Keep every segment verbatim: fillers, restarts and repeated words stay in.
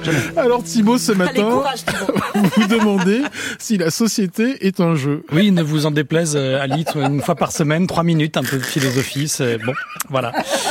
Alors Thibaut, ce matin, Allez, courage, Thibaut. vous demandez si la société est un jeu. Oui, ne vous en déplaise, Ali, une fois par semaine, trois minutes, un peu de philosophie, c'est bon, voilà.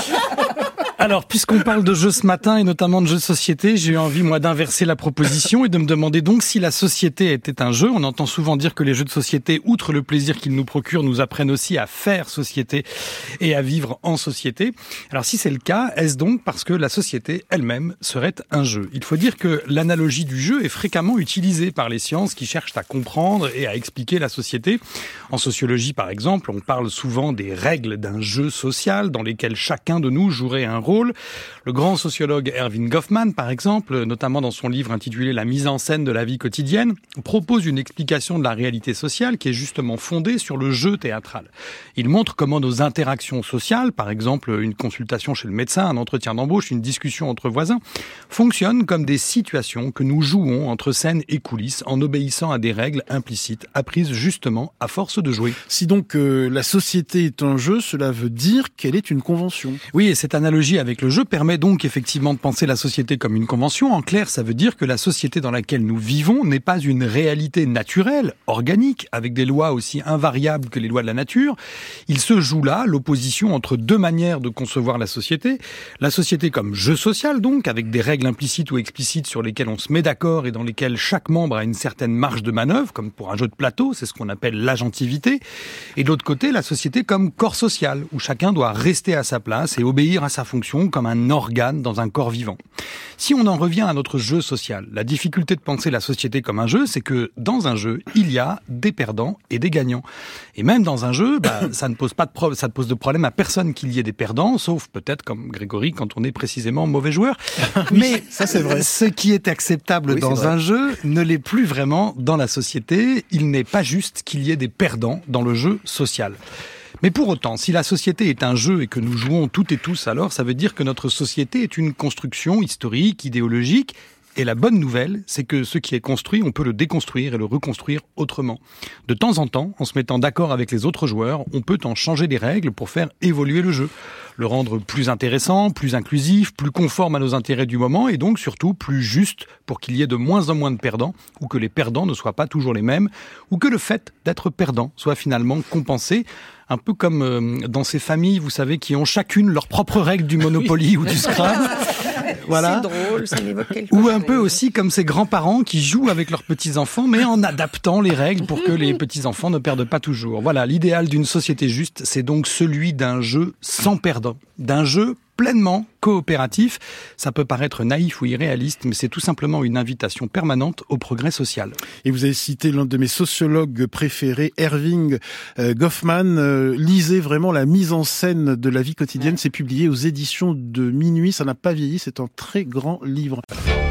Alors, puisqu'on parle de jeux ce matin, et notamment de jeux de société, j'ai eu envie, moi, d'inverser la proposition et de me demander donc si la société était un jeu. On entend souvent dire que les jeux de société, outre le plaisir qu'ils nous procurent, nous apprennent aussi à faire société et à vivre en société. Alors, si c'est le cas, est-ce donc parce que la société elle-même serait un jeu ? Il faut dire que l'analogie du jeu est fréquemment utilisée par les sciences qui cherchent à comprendre et à expliquer la société. En sociologie, par exemple, on parle souvent des règles d'un jeu social dans lesquelles chacun de nous jouerait un rôle. Le grand sociologue Erving Goffman, par exemple, notamment dans son livre intitulé « La mise en scène de la vie quotidienne », propose une explication de la réalité sociale qui est justement fondée sur le jeu théâtral. Il montre comment nos interactions sociales, par exemple une consultation chez le médecin, un entretien d'embauche, une discussion entre voisins, fonctionnent comme des situations que nous jouons entre scène et coulisses en obéissant à des règles implicites apprises justement à force de jouer. Si donc euh, la société est un jeu, cela veut dire qu'elle est une convention. Oui, et cette analogie avec le jeu permet donc effectivement de penser la société comme une convention. En clair, ça veut dire que la société dans laquelle nous vivons n'est pas une réalité naturelle, organique, avec des lois aussi invariables que les lois de la nature. Il se joue là l'opposition entre deux manières de concevoir la société. La société comme jeu social donc, avec des règles implicites ou explicites sur lesquelles on se met d'accord et dans lesquelles chaque membre a une certaine marge de manœuvre, comme pour un jeu de plateau, c'est ce qu'on appelle l'agentivité. Et de l'autre côté, la société comme corps social, où chacun doit rester à sa place et obéir à sa fonction comme un organe dans un corps vivant. Si on en revient à notre jeu social, la difficulté de penser la société comme un jeu, c'est que dans un jeu, il y a des perdants et des gagnants. Et même dans un jeu, bah, ça ne pose pas de pro- ça ne pose de problème à personne qu'il y ait des perdants, sauf peut-être comme Grégory quand on est précisément mauvais joueur. Oui, Mais ça c'est vrai. Ce qui est acceptable oui, dans c'est un jeu ne l'est plus vraiment dans la société. Il n'est pas juste qu'il y ait des perdants dans le jeu social. Mais pour autant, si la société est un jeu et que nous jouons toutes et tous, alors ça veut dire que notre société est une construction historique, idéologique. Et la bonne nouvelle, c'est que ce qui est construit, on peut le déconstruire et le reconstruire autrement. De temps en temps, en se mettant d'accord avec les autres joueurs, on peut en changer les règles pour faire évoluer le jeu, le rendre plus intéressant, plus inclusif, plus conforme à nos intérêts du moment et donc surtout plus juste pour qu'il y ait de moins en moins de perdants ou que les perdants ne soient pas toujours les mêmes ou que le fait d'être perdant soit finalement compensé. Un peu comme euh, dans ces familles, vous savez, qui ont chacune leurs propres règles du Monopoly ou du Scrabble. Voilà. C'est drôle, ça m'évoque quelque Ou chose. un peu aussi comme ces grands-parents qui jouent avec leurs petits-enfants, mais en adaptant les règles pour que les petits-enfants ne perdent pas toujours. Voilà, l'idéal d'une société juste, c'est donc celui d'un jeu sans perdant, d'un jeu pleinement coopératif. Ça peut paraître naïf ou irréaliste, mais c'est tout simplement une invitation permanente au progrès social. Et vous avez cité l'un de mes sociologues préférés, Erving euh, Goffman. Euh, lisez vraiment La mise en scène de la vie quotidienne. C'est publié aux éditions de Minuit. Ça n'a pas vieilli. C'est un très grand livre.